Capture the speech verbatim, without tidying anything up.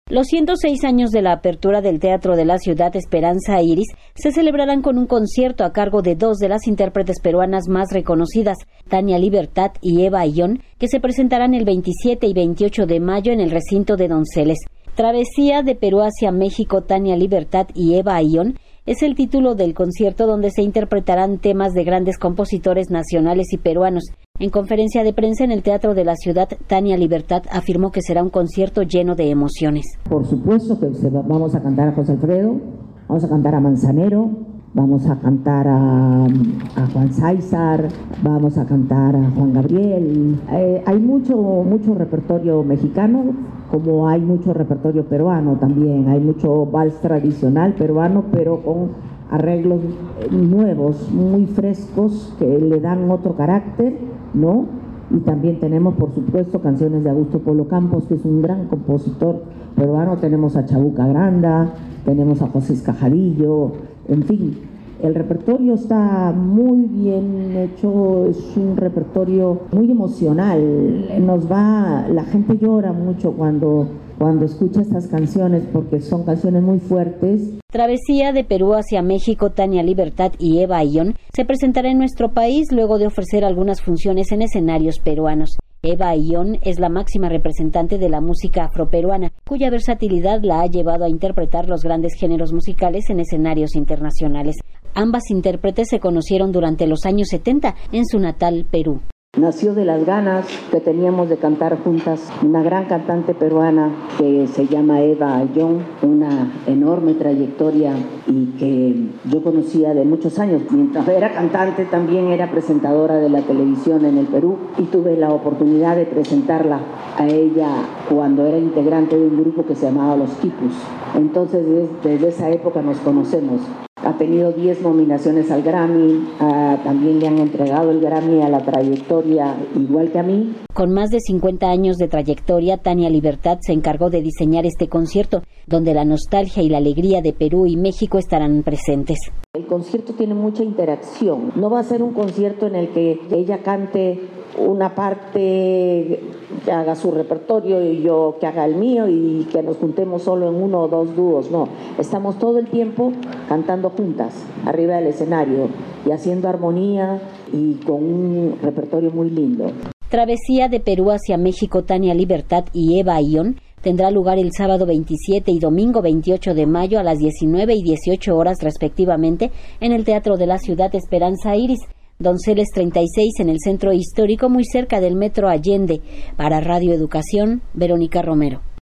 Los ciento seis años de la apertura del Teatro de la Ciudad Esperanza Iris se celebrarán con un concierto a cargo de dos de las intérpretes peruanas más reconocidas, Tania Libertad y Eva Ayllón, que se presentarán el veintisiete y veintiocho de mayo en el recinto de Donceles. Travesía de Perú hacia México, Tania Libertad y Eva Ayllón es el título del concierto, donde se interpretarán temas de grandes compositores nacionales y peruanos. En conferencia de prensa en el Teatro de la Ciudad, Tania Libertad afirmó que será un concierto lleno de emociones. Por supuesto que vamos a cantar a José Alfredo, vamos a cantar a Manzanero, vamos a cantar a, a Juan César, vamos a cantar a Juan Gabriel. Eh, hay mucho, mucho repertorio mexicano, como hay mucho repertorio peruano también. Hay mucho vals tradicional peruano, pero con arreglos nuevos, muy frescos, que le dan otro carácter, ¿no? Y también tenemos, por supuesto, canciones de Augusto Polo Campos, que es un gran compositor peruano. Tenemos a Chabuca Granda, tenemos a José Escajadillo, en fin. El repertorio está muy bien hecho, es un repertorio muy emocional. Nos va, la gente llora mucho cuando, cuando escucha estas canciones, porque son canciones muy fuertes. Travesía de Perú hacia México, Tania Libertad y Eva Ayllón se presentará en nuestro país luego de ofrecer algunas funciones en escenarios peruanos. Eva Ayllón es la máxima representante de la música afroperuana, cuya versatilidad la ha llevado a interpretar los grandes géneros musicales en escenarios internacionales. Ambas intérpretes se conocieron durante los años setenta en su natal Perú. Nació de las ganas que teníamos de cantar juntas una gran cantante peruana que se llama Eva Ayllón, una enorme trayectoria y que yo conocía de muchos años. Mientras era cantante también era presentadora de la televisión en el Perú y tuve la oportunidad de presentarla a ella cuando era integrante de un grupo que se llamaba Los Quipus. Entonces desde esa época nos conocemos. Ha tenido diez nominaciones al Grammy, uh, también le han entregado el Grammy a la trayectoria, igual que a mí. Con más de cincuenta años de trayectoria, Tania Libertad se encargó de diseñar este concierto, donde la nostalgia y la alegría de Perú y México estarán presentes. El concierto tiene mucha interacción. No va a ser un concierto en el que ella cante una parte, que haga su repertorio y yo que haga el mío y que nos juntemos solo en uno o dos dúos. No, estamos todo el tiempo cantando juntas arriba del escenario y haciendo armonía y con un repertorio muy lindo. Travesía de Perú hacia México, Tania Libertad y Eva Ayllón tendrá lugar el sábado veintisiete y domingo veintiocho de mayo a las diecinueve y dieciocho horas respectivamente en el Teatro de la Ciudad Esperanza Iris, Donceles treinta y seis, en el centro histórico, muy cerca del Metro Allende. Para Radio Educación, Verónica Romero.